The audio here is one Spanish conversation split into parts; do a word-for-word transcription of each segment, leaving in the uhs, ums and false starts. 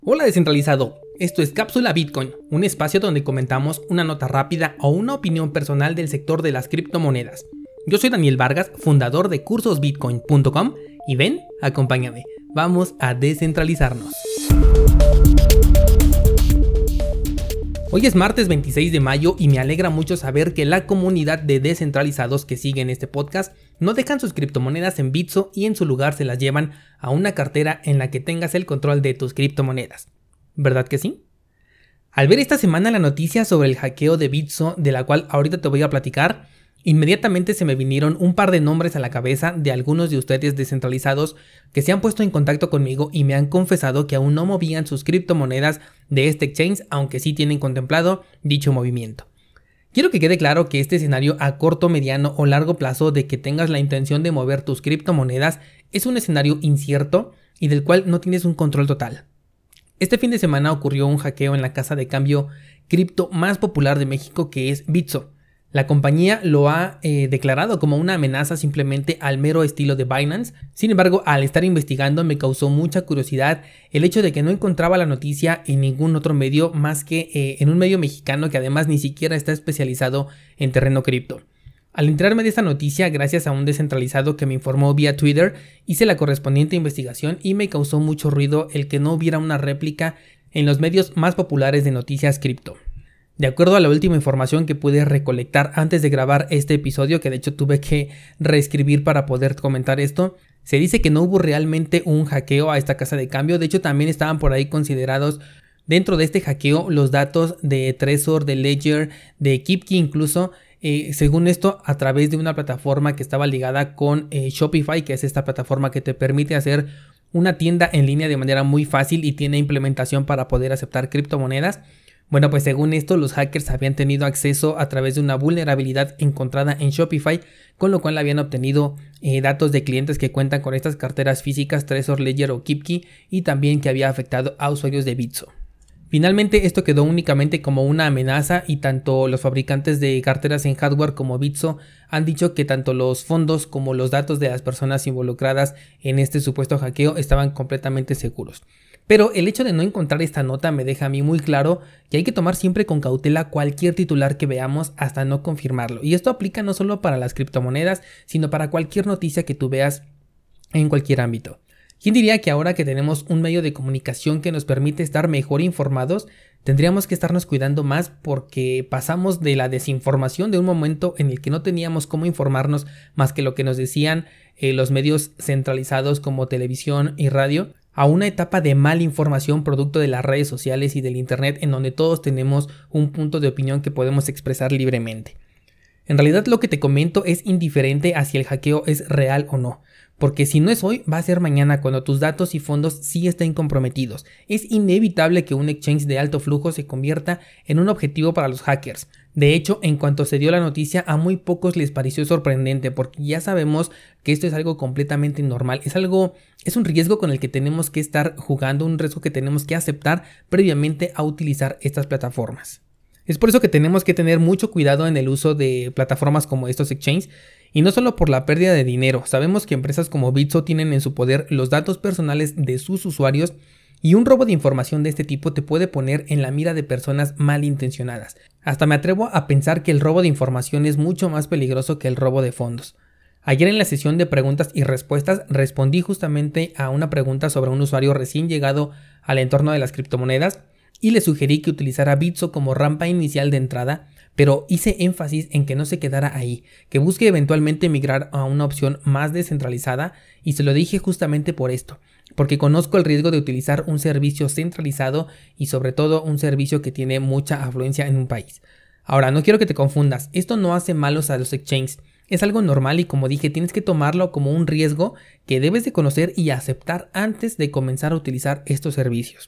Hola descentralizado, esto es Cápsula Bitcoin, un espacio donde comentamos una nota rápida o una opinión personal del sector de las criptomonedas. Yo soy Daniel Vargas, fundador de cursos bitcoin punto com y ven, acompáñame, vamos a descentralizarnos. Hoy es martes veintiséis de mayo y me alegra mucho saber que la comunidad de descentralizados que siguen este podcast no dejan sus criptomonedas en Bitso y en su lugar se las llevan a una cartera en la que tengas el control de tus criptomonedas. ¿Verdad que sí? Al ver esta semana la noticia sobre el hackeo de Bitso, de la cual ahorita te voy a platicar, inmediatamente se me vinieron un par de nombres a la cabeza de algunos de ustedes descentralizados que se han puesto en contacto conmigo y me han confesado que aún no movían sus criptomonedas de este exchange, aunque sí tienen contemplado dicho movimiento. Quiero que quede claro que este escenario a corto, mediano o largo plazo de que tengas la intención de mover tus criptomonedas es un escenario incierto y del cual no tienes un control total. Este fin de semana ocurrió un hackeo en la casa de cambio cripto más popular de México, que es Bitso. La compañía lo ha eh, declarado como una amenaza simplemente al mero estilo de Binance. Sin embargo, al estar investigando me causó mucha curiosidad el hecho de que no encontraba la noticia en ningún otro medio más que eh, en un medio mexicano que además ni siquiera está especializado en terreno cripto. Al enterarme de esta noticia, gracias a un descentralizado que me informó vía Twitter, hice la correspondiente investigación y me causó mucho ruido el que no hubiera una réplica en los medios más populares de noticias cripto. De acuerdo a la última información que pude recolectar antes de grabar este episodio, que de hecho tuve que reescribir para poder comentar esto, se dice que no hubo realmente un hackeo a esta casa de cambio. De hecho, también estaban por ahí considerados dentro de este hackeo los datos de Trezor, de Ledger, de KeepKey incluso. Eh, según esto, a través de una plataforma que estaba ligada con eh, Shopify, que es esta plataforma que te permite hacer una tienda en línea de manera muy fácil y tiene implementación para poder aceptar criptomonedas. Bueno, pues según esto, los hackers habían tenido acceso a través de una vulnerabilidad encontrada en Shopify, con lo cual habían obtenido eh, datos de clientes que cuentan con estas carteras físicas Trezor, Ledger o KeepKey, y también que había afectado a usuarios de Bitso. Finalmente esto quedó únicamente como una amenaza y tanto los fabricantes de carteras en hardware como Bitso han dicho que tanto los fondos como los datos de las personas involucradas en este supuesto hackeo estaban completamente seguros. Pero el hecho de no encontrar esta nota me deja a mí muy claro que hay que tomar siempre con cautela cualquier titular que veamos hasta no confirmarlo. Y esto aplica no solo para las criptomonedas, sino para cualquier noticia que tú veas en cualquier ámbito. ¿Quién diría que ahora que tenemos un medio de comunicación que nos permite estar mejor informados, tendríamos que estarnos cuidando más porque pasamos de la desinformación de un momento en el que no teníamos cómo informarnos más que lo que nos decían eh, los medios centralizados como televisión y radio, a una etapa de mala información producto de las redes sociales y del internet en donde todos tenemos un punto de opinión que podemos expresar libremente? En realidad lo que te comento es indiferente a si el hackeo es real o no, porque si no es hoy, va a ser mañana cuando tus datos y fondos sí estén comprometidos. Es inevitable que un exchange de alto flujo se convierta en un objetivo para los hackers. De hecho, en cuanto se dio la noticia, a muy pocos les pareció sorprendente, porque ya sabemos que esto es algo completamente normal, es algo, es un riesgo con el que tenemos que estar jugando, un riesgo que tenemos que aceptar previamente a utilizar estas plataformas. Es por eso que tenemos que tener mucho cuidado en el uso de plataformas como estos exchanges, y no solo por la pérdida de dinero. Sabemos que empresas como Bitso tienen en su poder los datos personales de sus usuarios y un robo de información de este tipo te puede poner en la mira de personas malintencionadas. Hasta me atrevo a pensar que el robo de información es mucho más peligroso que el robo de fondos. Ayer en la sesión de preguntas y respuestas respondí justamente a una pregunta sobre un usuario recién llegado al entorno de las criptomonedas y le sugerí que utilizara Bitso como rampa inicial de entrada, pero hice énfasis en que no se quedara ahí, que busque eventualmente migrar a una opción más descentralizada, y se lo dije justamente por esto, porque conozco el riesgo de utilizar un servicio centralizado y sobre todo un servicio que tiene mucha afluencia en un país. Ahora, no quiero que te confundas, esto no hace malos a los exchanges, es algo normal y como dije, tienes que tomarlo como un riesgo que debes de conocer y aceptar antes de comenzar a utilizar estos servicios.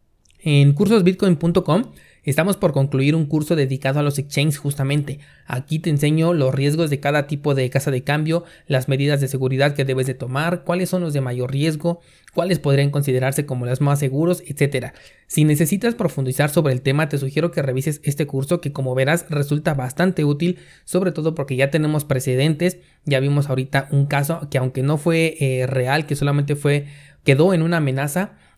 En cursos bitcoin punto com estamos por concluir un curso dedicado a los exchanges justamente. Aquí te enseño los riesgos de cada tipo de casa de cambio, las medidas de seguridad que debes de tomar, cuáles son los de mayor riesgo, cuáles podrían considerarse como los más seguros, etcétera. Si necesitas profundizar sobre el tema, te sugiero que revises este curso que, como verás, resulta bastante útil, sobre todo porque ya tenemos precedentes. Ya vimos ahorita un caso que, aunque no fue eh, real, que solamente fue quedó en una amenaza,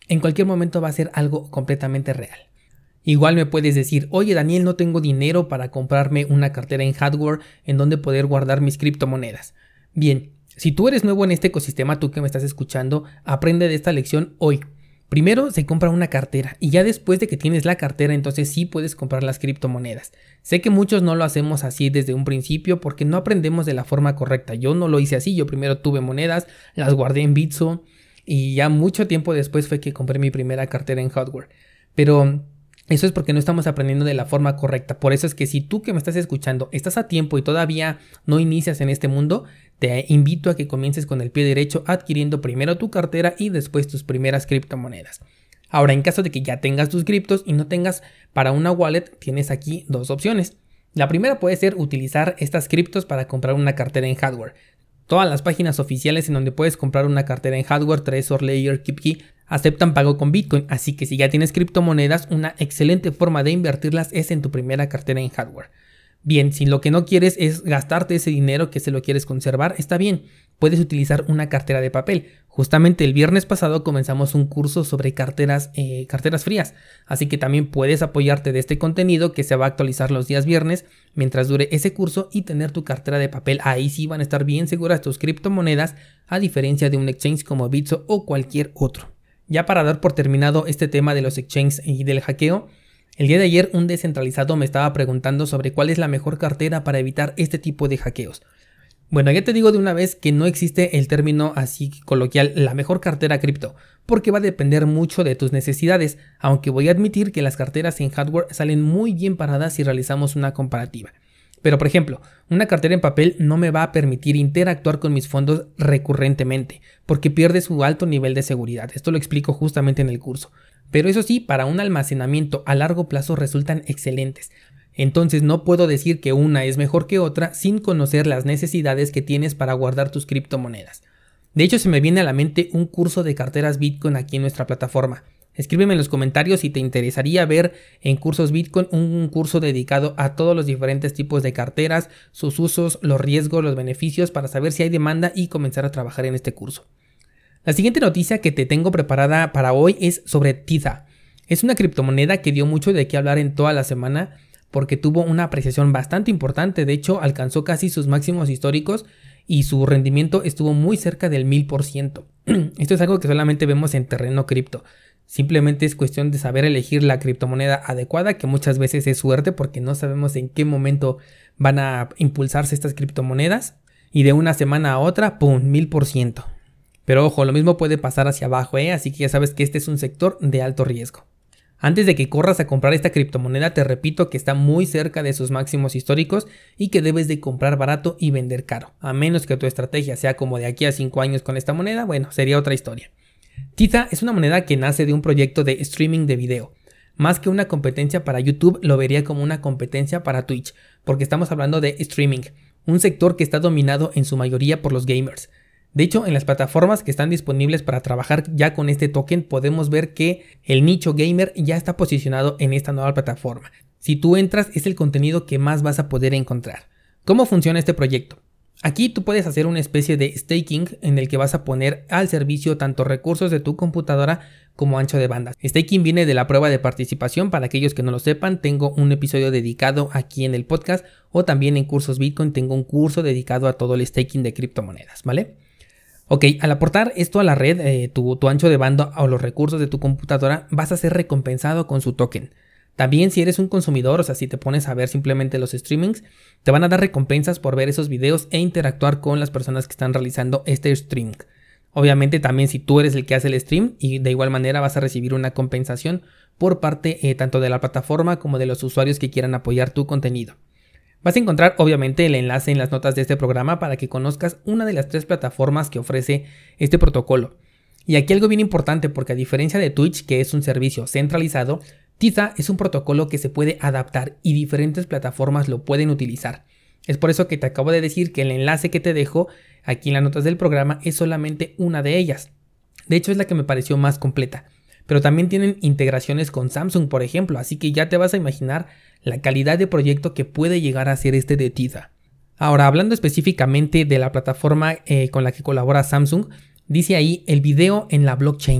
en cualquier momento va a ser algo completamente real. Igual me puedes decir, oye Daniel, no tengo dinero para comprarme una cartera en hardware en donde poder guardar mis criptomonedas. Bien, si tú eres nuevo en este ecosistema, tú que me estás escuchando, aprende de esta lección hoy. Primero se compra una cartera y ya después de que tienes la cartera, entonces sí puedes comprar las criptomonedas. Sé que muchos no lo hacemos así desde un principio porque no aprendemos de la forma correcta. Yo no lo hice así, yo primero tuve monedas, las guardé en Bitso y ya mucho tiempo después fue que compré mi primera cartera en hardware. Pero eso es porque no estamos aprendiendo de la forma correcta. Por eso es que si tú que me estás escuchando estás a tiempo y todavía no inicias en este mundo, te invito a que comiences con el pie derecho adquiriendo primero tu cartera y después tus primeras criptomonedas. Ahora, en caso de que ya tengas tus criptos y no tengas para una wallet, tienes aquí dos opciones. La primera puede ser utilizar estas criptos para comprar una cartera en hardware. Todas las páginas oficiales en donde puedes comprar una cartera en hardware, Trezor, Ledger, KeepKey, aceptan pago con Bitcoin, así que si ya tienes criptomonedas, una excelente forma de invertirlas es en tu primera cartera en hardware. Bien, si lo que no quieres es gastarte ese dinero, que se lo quieres conservar, está bien, puedes utilizar una cartera de papel. Justamente el viernes pasado comenzamos un curso sobre carteras, eh, carteras frías, así que también puedes apoyarte de este contenido que se va a actualizar los días viernes mientras dure ese curso y tener tu cartera de papel. Ahí sí van a estar bien seguras tus criptomonedas, a diferencia de un exchange como Bitso o cualquier otro. Ya para dar por terminado este tema de los exchanges y del hackeo, el día de ayer un descentralizado me estaba preguntando sobre cuál es la mejor cartera para evitar este tipo de hackeos. Bueno, ya te digo de una vez que no existe el término así coloquial, la mejor cartera cripto, porque va a depender mucho de tus necesidades, aunque voy a admitir que las carteras en hardware salen muy bien paradas si realizamos una comparativa. Pero por ejemplo, una cartera en papel no me va a permitir interactuar con mis fondos recurrentemente, porque pierde su alto nivel de seguridad. Esto lo explico justamente en el curso. Pero eso sí, para un almacenamiento a largo plazo resultan excelentes. Entonces no puedo decir que una es mejor que otra sin conocer las necesidades que tienes para guardar tus criptomonedas. De hecho, se me viene a la mente un curso de carteras Bitcoin aquí en nuestra plataforma. Escríbeme en los comentarios si te interesaría ver en Cursos Bitcoin un curso dedicado a todos los diferentes tipos de carteras, sus usos, los riesgos, los beneficios, para saber si hay demanda y comenzar a trabajar en este curso. La siguiente noticia que te tengo preparada para hoy es sobre Tether. Es una criptomoneda que dio mucho de qué hablar en toda la semana porque tuvo una apreciación bastante importante. De hecho, alcanzó casi sus máximos históricos y su rendimiento estuvo muy cerca del mil por ciento. Esto es algo que solamente vemos en terreno cripto. Simplemente es cuestión de saber elegir la criptomoneda adecuada, que muchas veces es suerte porque no sabemos en qué momento van a impulsarse estas criptomonedas. Y de una semana a otra, ¡pum!, mil por ciento. Pero ojo, lo mismo puede pasar hacia abajo, ¿eh? Así que ya sabes que este es un sector de alto riesgo. Antes de que corras a comprar esta criptomoneda, te repito que está muy cerca de sus máximos históricos y que debes de comprar barato y vender caro. A menos que tu estrategia sea como de aquí a cinco años con esta moneda, bueno, sería otra historia. Tether es una moneda que nace de un proyecto de streaming de video. Más que una competencia para YouTube, lo vería como una competencia para Twitch, porque estamos hablando de streaming, un sector que está dominado en su mayoría por los gamers. De hecho, en las plataformas que están disponibles para trabajar ya con este token, podemos ver que el nicho gamer ya está posicionado en esta nueva plataforma. Si tú entras, es el contenido que más vas a poder encontrar. ¿Cómo funciona este proyecto? Aquí tú puedes hacer una especie de staking en el que vas a poner al servicio tanto recursos de tu computadora como ancho de banda. Staking viene de la prueba de participación. Para aquellos que no lo sepan, tengo un episodio dedicado aquí en el podcast, o también en Cursos Bitcoin tengo un curso dedicado a todo el staking de criptomonedas, ¿vale? Ok, al aportar esto a la red, eh, tu, tu ancho de banda o los recursos de tu computadora, vas a ser recompensado con su token. También si eres un consumidor, o sea, si te pones a ver simplemente los streamings, te van a dar recompensas por ver esos videos e interactuar con las personas que están realizando este streaming. Obviamente también si tú eres el que hace el stream, y de igual manera vas a recibir una compensación por parte eh, tanto de la plataforma como de los usuarios que quieran apoyar tu contenido. Vas a encontrar obviamente el enlace en las notas de este programa para que conozcas una de las tres plataformas que ofrece este protocolo. Y aquí algo bien importante, porque a diferencia de Twitch, que es un servicio centralizado, Tether es un protocolo que se puede adaptar y diferentes plataformas lo pueden utilizar. Es por eso que te acabo de decir que el enlace que te dejo aquí en las notas del programa es solamente una de ellas. De hecho es la que me pareció más completa. Pero también tienen integraciones con Samsung, por ejemplo, así que ya te vas a imaginar la calidad de proyecto que puede llegar a ser este de Tether. Ahora, hablando específicamente de la plataforma eh, con la que colabora Samsung, dice ahí el video en la blockchain,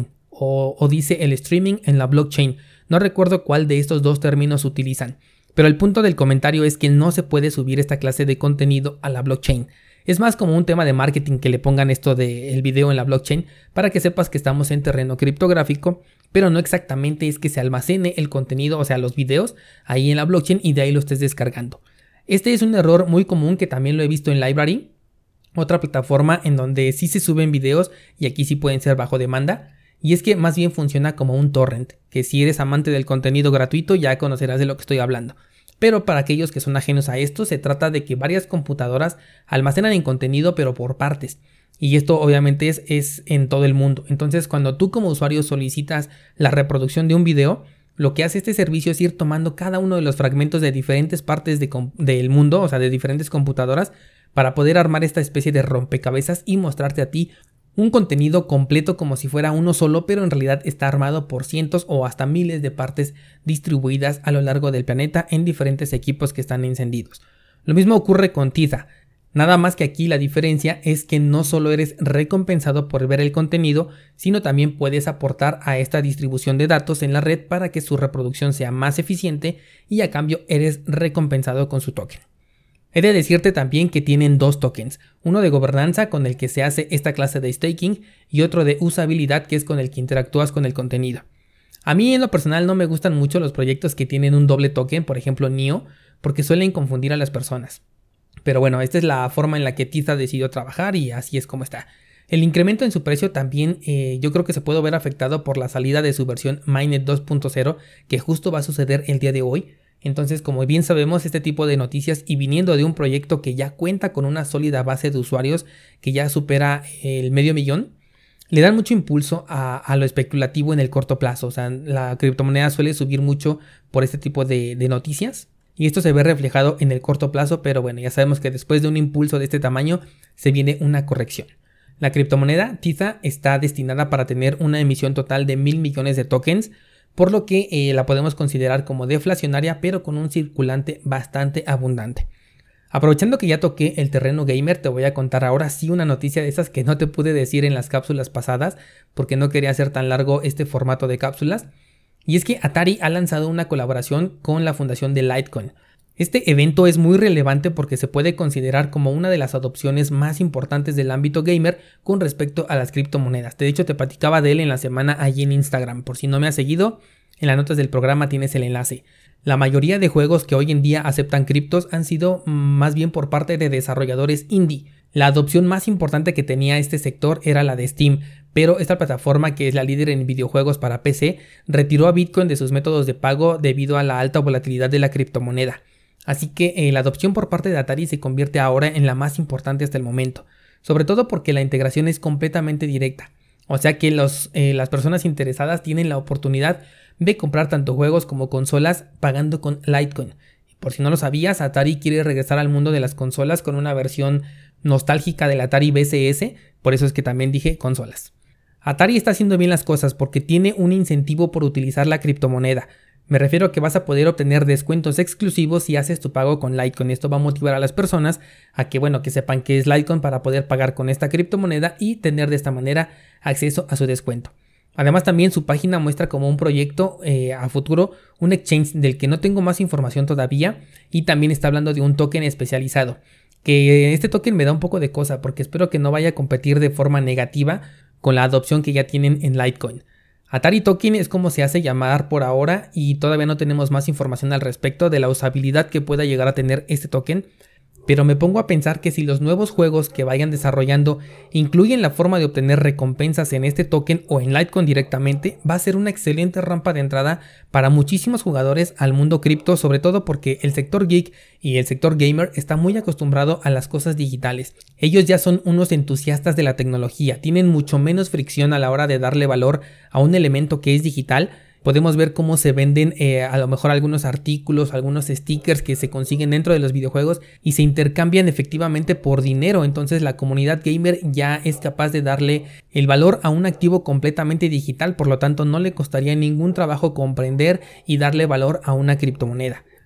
o, o dice el streaming en la blockchain. No recuerdo cuál de estos dos términos utilizan. Pero el punto del comentario es que no se puede subir esta clase de contenido a la blockchain. Es más como un tema de marketing que le pongan esto del video en la blockchain para que sepas que estamos en terreno criptográfico, pero no exactamente es que se almacene el contenido, o sea, los videos ahí en la blockchain y de ahí lo estés descargando. Este es un error muy común que también lo he visto en Library, otra plataforma en donde sí se suben videos y aquí sí pueden ser bajo demanda. Y es que más bien funciona como un torrent, que si eres amante del contenido gratuito ya conocerás de lo que estoy hablando. Pero para aquellos que son ajenos a esto, se trata de que varias computadoras almacenan el contenido pero por partes. Y esto obviamente es, es en todo el mundo. Entonces cuando tú como usuario solicitas la reproducción de un video, lo que hace este servicio es ir tomando cada uno de los fragmentos de diferentes partes de, del mundo, o sea de diferentes computadoras, para poder armar esta especie de rompecabezas y mostrarte a ti un contenido completo como si fuera uno solo, pero en realidad está armado por cientos o hasta miles de partes distribuidas a lo largo del planeta en diferentes equipos que están encendidos. Lo mismo ocurre con Tiza, nada más que aquí la diferencia es que no solo eres recompensado por ver el contenido, sino también puedes aportar a esta distribución de datos en la red para que su reproducción sea más eficiente y a cambio eres recompensado con su token. He de decirte también que tienen dos tokens, uno de gobernanza con el que se hace esta clase de staking y otro de usabilidad que es con el que interactúas con el contenido. A mí en lo personal no me gustan mucho los proyectos que tienen un doble token, por ejemplo Neo, porque suelen confundir a las personas. Pero bueno, esta es la forma en la que Tiza decidió trabajar y así es como está. El incremento en su precio también eh, yo creo que se puede ver afectado por la salida de su versión Mainnet dos punto cero que justo va a suceder el día de hoy. Entonces, como bien sabemos, este tipo de noticias y viniendo de un proyecto que ya cuenta con una sólida base de usuarios que ya supera el medio millón, le dan mucho impulso a, a lo especulativo en el corto plazo. O sea, la criptomoneda suele subir mucho por este tipo de, de noticias y esto se ve reflejado en el corto plazo, pero bueno, ya sabemos que después de un impulso de este tamaño se viene una corrección. La criptomoneda Tiza está destinada para tener una emisión total de mil millones de tokens, por lo que eh, la podemos considerar como deflacionaria pero con un circulante bastante abundante. Aprovechando que ya toqué el terreno gamer, te voy a contar ahora sí una noticia de esas que no te pude decir en las cápsulas pasadas porque no quería hacer tan largo este formato de cápsulas, y es que Atari ha lanzado una colaboración con la fundación de Litecoin. Este evento es muy relevante porque se puede considerar como una de las adopciones más importantes del ámbito gamer con respecto a las criptomonedas. De hecho, te platicaba de él en la semana allí en Instagram. Por si no me has seguido, en las notas del programa tienes el enlace. La mayoría de juegos que hoy en día aceptan criptos han sido más bien por parte de desarrolladores indie. La adopción más importante que tenía este sector era la de Steam, pero esta plataforma, que es la líder en videojuegos para P C, retiró a Bitcoin de sus métodos de pago debido a la alta volatilidad de la criptomoneda. Así que eh, la adopción por parte de Atari se convierte ahora en la más importante hasta el momento, sobre todo porque la integración es completamente directa, o sea que los, eh, las personas interesadas tienen la oportunidad de comprar tanto juegos como consolas pagando con Litecoin. Por si no lo sabías, Atari quiere regresar al mundo de las consolas con una versión nostálgica del Atari V C S, por eso es que también dije consolas. Atari está haciendo bien las cosas porque tiene un incentivo por utilizar la criptomoneda. Me refiero a que vas a poder obtener descuentos exclusivos si haces tu pago con Litecoin. Esto va a motivar a las personas a que, bueno, que sepan qué es Litecoin para poder pagar con esta criptomoneda y tener de esta manera acceso a su descuento. Además, también su página muestra como un proyecto eh, a futuro un exchange del que no tengo más información todavía, y también está hablando de un token especializado, que este token me da un poco de cosa porque espero que no vaya a competir de forma negativa con la adopción que ya tienen en Litecoin. Atari Token es como se hace llamar por ahora y todavía no tenemos más información al respecto de la usabilidad que pueda llegar a tener este token, pero me pongo a pensar que si los nuevos juegos que vayan desarrollando incluyen la forma de obtener recompensas en este token o en Litecoin directamente, va a ser una excelente rampa de entrada para muchísimos jugadores al mundo cripto, sobre todo porque el sector geek y el sector gamer está muy acostumbrado a las cosas digitales. Ellos ya son unos entusiastas de la tecnología, tienen mucho menos fricción a la hora de darle valor a un elemento que es digital. Podemos ver cómo se venden eh, a lo mejor algunos artículos, algunos stickers que se consiguen dentro de los videojuegos y se intercambian efectivamente por dinero. Entonces la comunidad gamer ya es capaz de darle el valor a un activo completamente digital, por lo tanto no le costaría ningún trabajo comprender y darle valor a una criptomoneda.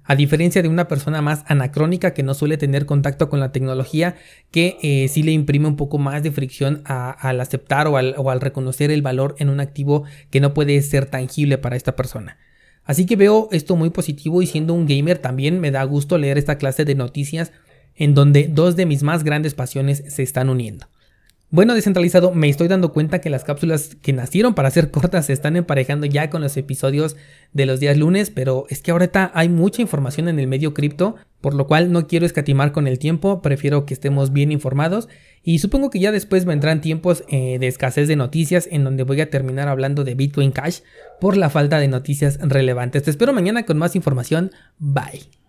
A diferencia de una persona más anacrónica que no suele tener contacto con la tecnología, que eh, sí le imprime un poco más de fricción a, al aceptar o al, o al reconocer el valor en un activo que no puede ser tangible para esta persona. Así que veo esto muy positivo, y siendo un gamer también me da gusto leer esta clase de noticias en donde dos de mis más grandes pasiones se están uniendo. Bueno, descentralizado, me estoy dando cuenta que las cápsulas que nacieron para ser cortas se están emparejando ya con los episodios de los días lunes, pero es que ahorita hay mucha información en el medio cripto, por lo cual no quiero escatimar con el tiempo, prefiero que estemos bien informados, y supongo que ya después vendrán tiempos eh, de escasez de noticias en donde voy a terminar hablando de Bitcoin Cash por la falta de noticias relevantes. Te espero mañana con más información. Bye.